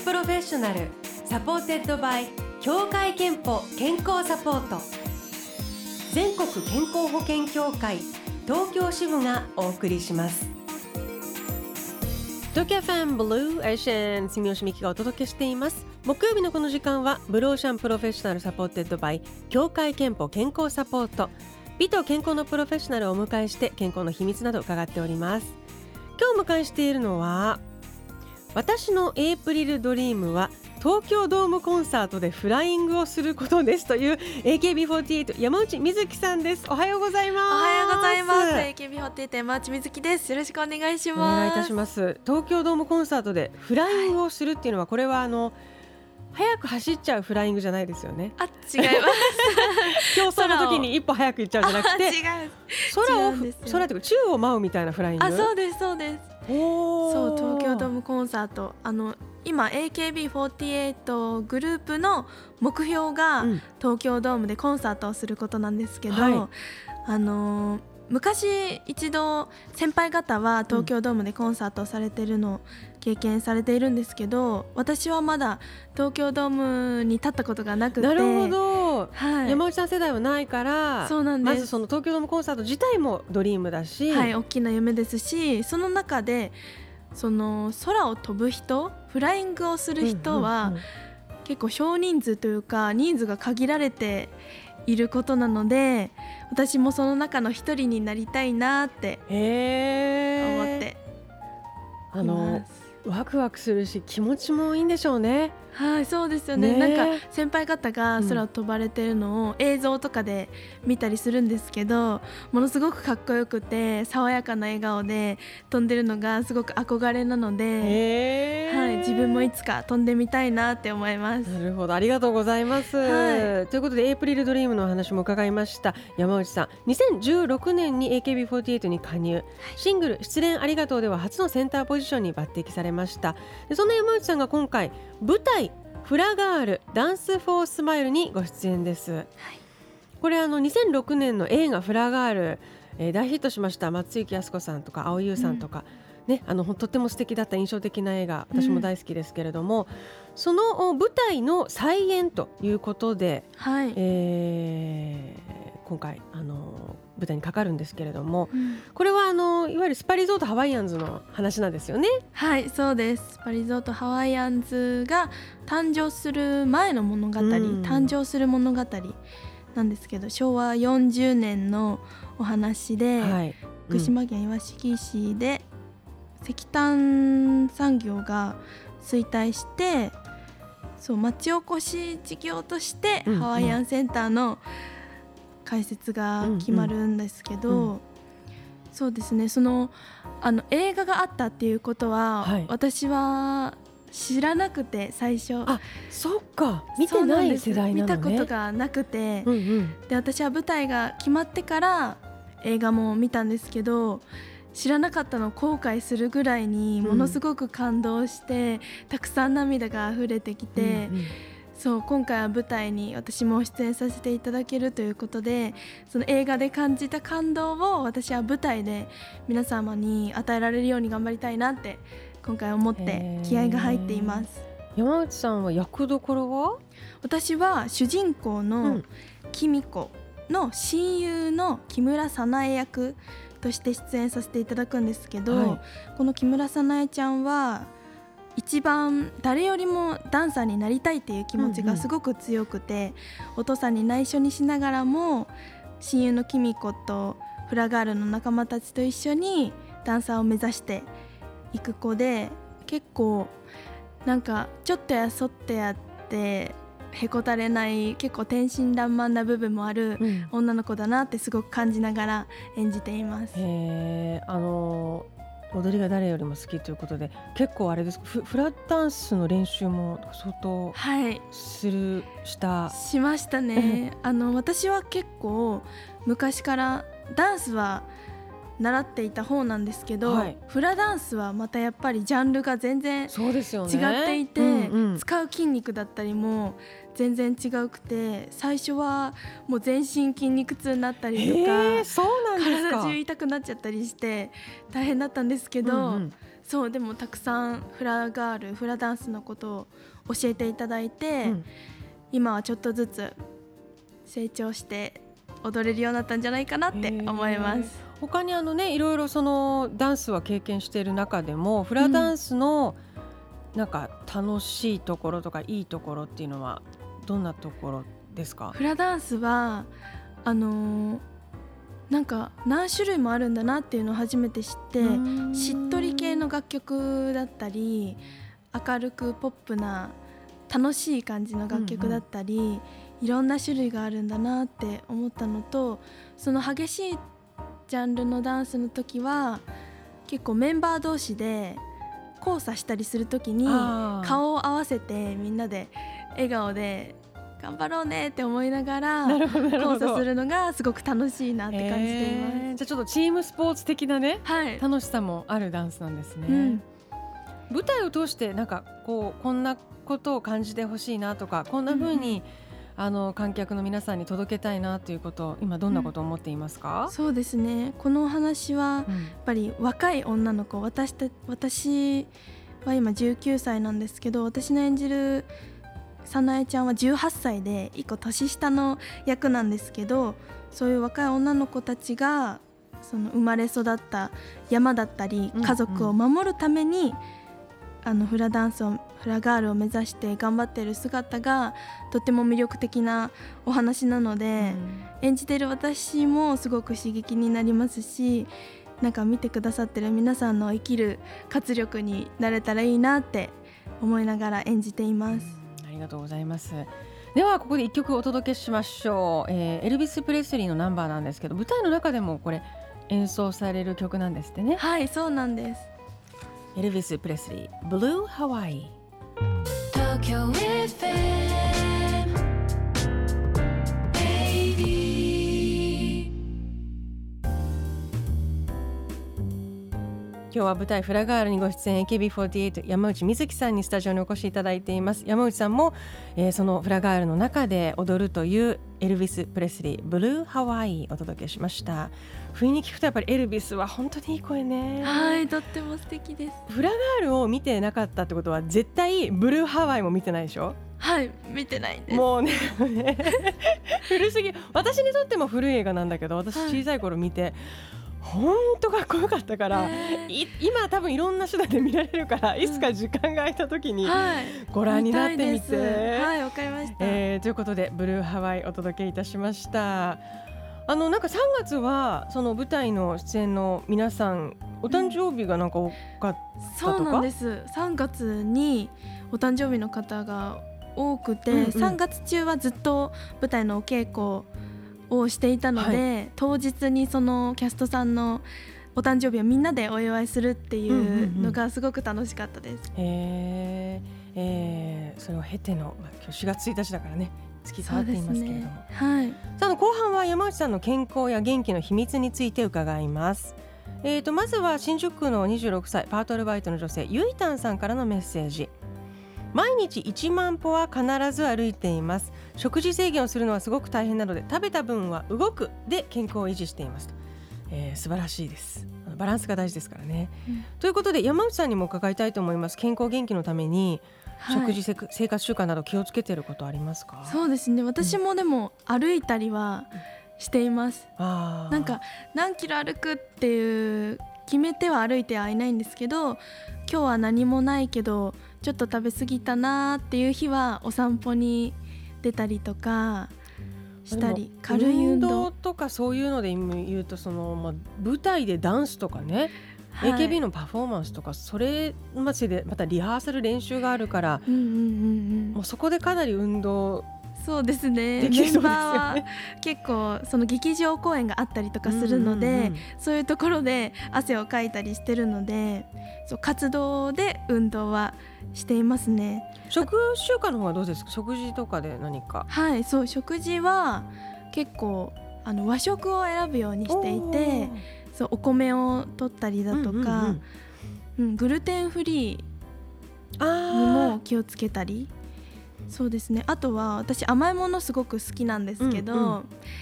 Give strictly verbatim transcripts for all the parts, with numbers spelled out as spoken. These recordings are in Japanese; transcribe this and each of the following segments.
プロフェッショナルサポーテッドバイ協会憲法健康サポート、全国健康保険協会東京支部がお送りします。東京 エフエム ブルーエーシャン住吉美希がお届けしています。木曜日のこの時間はブルーオーシャンプロフェッショナルサポーテッドバイ協会憲法健康サポート、美と健康のプロフェッショナルをお迎えして健康の秘密など伺っております。今日お迎えしているのは、私のエイプリルドリームは東京ドームコンサートでフライングをすることですという エーケービーフォーティーエイト 山内瑞希さんです。おはようございます。 おはようございます。 エーケービーフォーティーエイト 山内瑞希です。よろしくお願いします。 お願いいたします。東京ドームコンサートでフライングをするっていうのは、これはあの早く走っちゃうフライングじゃないですよね。 あ、違います競争の時に一歩早く行っちゃうじゃなくて、 違う空を違うんですよ。 空というか宙を舞うみたいなフライング。 あ、そうですそうです。 おそう、東京ドームコンサート、あの今 エーケービーフォーティーエイト グループの目標が東京ドームでコンサートをすることなんですけど、はい、あのー、昔一度先輩方は東京ドームでコンサートをされているのを経験されているんですけど、私はまだ東京ドームに立ったことがなくて。 なるほど、 はい、 山内さん世代はないから、 そうなんです。 まずその東京ドームコンサート自体もドリームだし、 はい、大きな夢ですし、その中でその空を飛ぶ人、フライングをする人は、うんうんうん、結構少人数というか人数が限られていることなので、私もその中の一人になりたいなって思ってあのワクワクするし気持ちもいいんでしょうね。 はい、そうですよね。なんか先輩方が空を飛ばれてるのを映像とかで見たりするんですけど、ものすごくかっこよくて爽やかな笑顔で飛んでるのがすごく憧れなので、はい、自分もいつか飛んでみたいなって思います。 なるほど、ありがとうございます、はい、ということでエイプリルドリームのお話も伺いました。山内さん、にせんじゅうろくねんに エーケービーフォーティーエイト に加入、はい、シングル失恋ありがとうでは初のセンターポジションに抜擢されました。でそんな山内さんが今回舞台フラガールダンスフォースマイルにご出演です、はい、これあのにせんろくねんの映画フラガール、えー、大ヒットしました。松雪泰子さんとか蒼井優さんとか、うんね、あのとっても素敵だった印象的な映画、私も大好きですけれども、うん、その舞台の再演ということで、はい、えー、今回あの舞台にかかるんですけれども、うん、これはあのいわゆるスパリゾートハワイアンズの話なんですよね。 はい、そうです。スパリゾートハワイアンズが誕生する前の物語、うん、誕生する物語なんですけど、しょうわよんじゅうねんのお話で、はい、福島県いわしき市で石炭産業が衰退して、そう町おこし事業としてハワイアンセンターの開設が決まるんですけど、うんうん、そうですね、その、あの映画があったっていうことは、はい、私は知らなくて最初。 あ、そっか、見てない世代なのね。 見たことがなくて、 うんうん、 で私は舞台が決まってから映画も見たんですけど、知らなかったのを後悔するぐらいにものすごく感動して、うん、たくさん涙が溢れてきて、うんうん、そう今回は舞台に私も出演させていただけるということで、その映画で感じた感動を私は舞台で皆様に与えられるように頑張りたいなって今回思って気合が入っています。 山内さんは役どころは？ 私は主人公のキミコの親友の木村早苗役として出演させていただくんですけど、はい、この木村早苗ちゃんは一番誰よりもダンサーになりたいっていう気持ちがすごく強くて、うんうん、お父さんに内緒にしながらも親友のキミコとフラガールの仲間たちと一緒にダンサーを目指していく子で、結構なんかちょっとやそってやってへこたれない結構天真爛漫な部分もある女の子だなってすごく感じながら演じています。 うん、へー、あの踊りが誰よりも好きということで、結構あれです、フ, フラダンスの練習も相当する、はい、したしましたね。あの私は結構昔からダンスは習っていた方なんですけど、はい、フラダンスはまたやっぱりジャンルが全然違っていて、うんうん、使う筋肉だったりも全然違うくて、最初はもう全身筋肉痛になったりとか、 そうなんですか。 体中痛くなっちゃったりして大変だったんですけど、うんうん、 そうでもたくさんフラガールフラダンスのことを教えていただいて、うん、今はちょっとずつ成長して踊れるようになったんじゃないかなって思います。 他にあのねいろいろそのダンスは経験している中でもフラダンスのなんか楽しいところとかいいところっていうのはどんなところですか？ フラダンスはあのー、なんか何種類もあるんだなっていうのを初めて知って、しっとり系の楽曲だったり明るくポップな楽しい感じの楽曲だったり、うんうん、いろんな種類があるんだなって思ったのと、その激しいジャンルのダンスの時は結構メンバー同士で交差したりする時に顔を合わせてみんなで笑顔で頑張ろうねって思いながら交差するのがすごく楽しいなって感じています。 えー、じゃあちょっとチームスポーツ的なね、はい、楽しさもあるダンスなんですね。うん、舞台を通してなんかこうこんなことを感じてほしいなとか、こんな風に、うん、あの観客の皆さんに届けたいなということを今どんなことを思っていますか？ うん、そうですね、このお話はやっぱり若い女の子、私た私は今じゅうきゅうさいなんですけど、私の演じるさなえちゃんはじゅうはっさいでいっこ年下の役なんですけど、そういう若い女の子たちがその生まれ育った山だったり家族を守るために、うんうん、あのフラダンスをフラガールを目指して頑張っている姿がとても魅力的なお話なので、うん、演じている私もすごく刺激になりますし、なんか見てくださってる皆さんの生きる活力になれたらいいなって思いながら演じています。 うん、ありがとうございます。ではここでいっきょくお届けしましょう。えー、エルビス・プレスリーのナンバーなんですけど、舞台の中でもこれ演奏される曲なんですってね。 はい、そうなんです。 エルビス・プレスリー、ブルーハワイ。東京 エフエム 今日は舞台フラガールにご出演 エーケービーフォーティーエイト 山内美月さんにスタジオにお越しいただいています。山内さんも、えー、そのフラガールの中で踊るというエルビス・プレスリー、ブルーハワイお届けしました。不意に聞くとやっぱりエルビスは本当にいい声ね。 はい、とっても素敵です。 フラガールを見てなかったってことは絶対ブルーハワイも見てないでしょ？ はい、見てないんです。 もうね古すぎ、私にとっても古い映画なんだけど、私小さい頃見て、はい、本当かっこよかったから、い今多分いろんな手段で見られるから、いつか時間が空いた時にご覧になってみて、 うん、はい、わかりました。 えー、ということでブルーハワイお届けいたしました。あのなんかさんがつはその舞台の出演の皆さんお誕生日がなんか多かったとか、 うん、そうなんです。さんがつにお誕生日の方が多くて、うんうん、さんがつ中はずっと舞台のお稽古をしていたので、はい、当日にそのキャストさんのお誕生日をみんなでお祝いするっていうのがすごく楽しかったです。 うんうんうん、えーえー、それを経ての、まあ、今日しがつついたちだからね、月変わっていますけれども、ね、 はい、 さあの後半は山内さんの健康や元気の秘密について伺います。えー、とまずは新宿区のにじゅうろくさいパートアルバイトの女性ゆいたんさんからのメッセージ。毎日いちまんぽは必ず歩いています。食事制限をするのはすごく大変なので、食べた分は動くで健康を維持していますと、えー、素晴らしいです。バランスが大事ですからね、うん、ということで山内さんにも伺いたいと思います。健康元気のために食事、はい、生活習慣など気をつけていることありますか？ そうですね、私もでも歩いたりはしています。うん、あなんか何キロ歩くっていう決めては歩いてはいないんですけど、今日は何もないけどちょっと食べ過ぎたなっていう日はお散歩に出たりとかしたり、軽い運動、 運動とかそういうので言うと、その、まあ、舞台でダンスとかね、はい、エーケービー のパフォーマンスとか、それまでまたリハーサル練習があるから、うんうんうんうん、もうそこでかなり運動そうですね、メンバーは結構その劇場公演があったりとかするので、うんうんうん、そういうところで汗をかいたりしてるので、そう活動で運動はしていますね。 食習慣の方はどうですか？食事とかで何か？ はい、そう食事は結構あの和食を選ぶようにしていて、そうお米を取ったりだとか、うんうんうんうん、グルテンフリーにも気をつけたり、そうですね。あとは私甘いものすごく好きなんですけど、うんうん、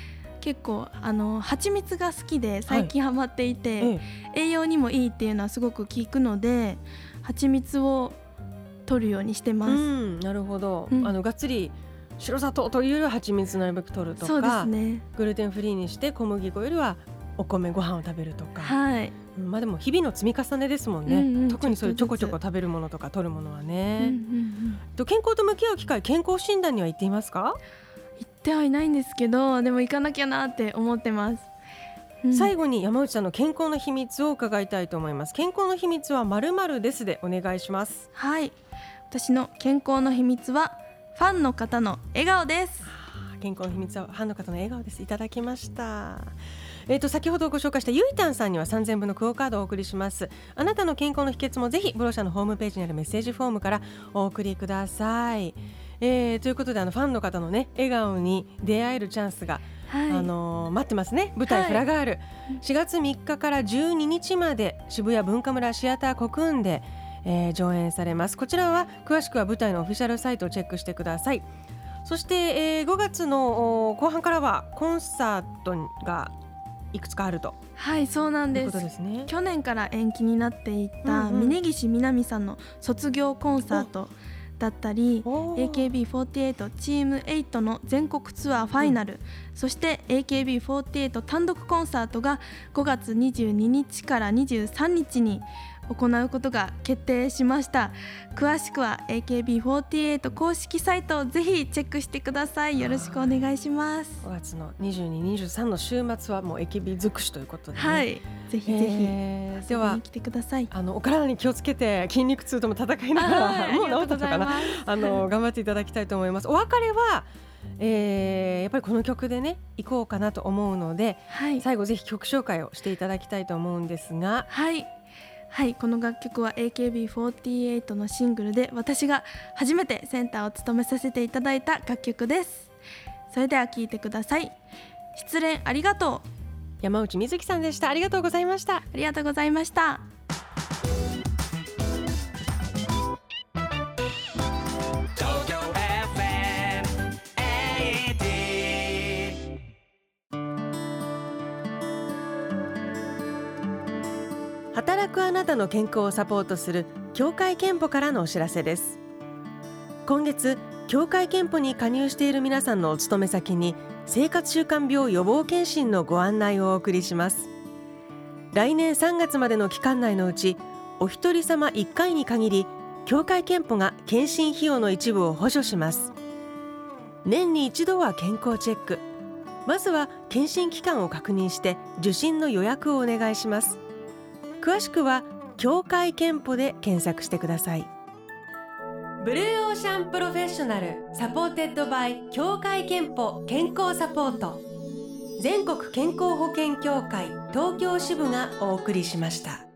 結構あの蜂蜜が好きで最近ハマっていて、はい、栄養にもいいっていうのはすごく聞くので蜂蜜を取るようにしてます。うん、 なるほど、うん、あのがっつり白砂糖というよりは蜂蜜なるべく取るとか、 そうですね、 グルテンフリーにして小麦粉よりはお米ご飯を食べるとか、 はい、 うん、まあ、でも日々の積み重ねですもんね、うんうん、特にそういうちょこちょこ食べるものとか取るものはね、うんうんうん、と健康と向き合う機会、健康診断には行っていますか？ 行ってはいないんですけど、でも行かなきゃなって思ってます。 うん、最後に山内さんの健康の秘密を伺いたいと思います。健康の秘密は〇〇ですでお願いします。 はい、私の健康の秘密はファンの方の笑顔です。 健康の秘密はファンの方の笑顔です。いただきました。えー、と先ほどご紹介したゆいたんさんにはさんぜんぶのクオカードをお送りします。あなたの健康の秘訣もぜひブロシャのホームページにあるメッセージフォームからお送りください。えー、ということであのファンの方の、ね、笑顔に出会えるチャンスが、はい、あのー、待ってますね。舞台、はい、フラガールしがつみっかからじゅうににちまで渋谷文化村シアターコクーンで、えー、上演されます。こちらは詳しくは舞台のオフィシャルサイトをチェックしてください。そして、えー、ごがつの後半からはコンサートがいくつかあると。 はい、そうなんです。 ということですね。 去年から延期になっていた峯岸みなみさんの卒業コンサートだったり エーケービーフォーティーエイト チームエイトの全国ツアーファイナル、うん、そして エーケービーフォーティーエイト 単独コンサートがごがつにじゅうににちからにじゅうさんにちに行うことが決定しました。詳しくは エーケービーフォーティーエイト 公式サイトをぜひチェックしてください。よろしくお願いします。 ごがつのにじゅうに、にじゅうさんの週末はもう エーケービー 尽くしということで、ね、 はい、ぜひぜひ、えー、遊びに来てください。 あのお体に気をつけて筋肉痛とも戦いながらもう治ったのかなあの頑張っていただきたいと思います。お別れはえー、やっぱりこの曲でね行こうかなと思うので、はい、最後ぜひ曲紹介をしていただきたいと思うんですが、 はいはい、この楽曲は エーケービーフォーティーエイト のシングルで私が初めてセンターを務めさせていただいた楽曲です。それでは聴いてください。失恋ありがとう。 山内瑞希さんでした。ありがとうございました。 ありがとうございました。 働くあなたの健康をサポートする協会けんぽからのお知らせです。今月協会けんぽに加入している皆さんのお勤め先に生活習慣病予防検診のご案内をお送りします。来年さんがつまでの期間内のうちお一人様いっかいに限り協会けんぽが検診費用の一部を補助します。年に一度は健康チェック、まずは検診期間を確認して受診の予約をお願いします。詳しくは協会けんぽで検索してください。ブルーオーシャンプロフェッショナルサポーテッドバイ協会けんぽ健康サポート、全国健康保険協会東京支部がお送りしました。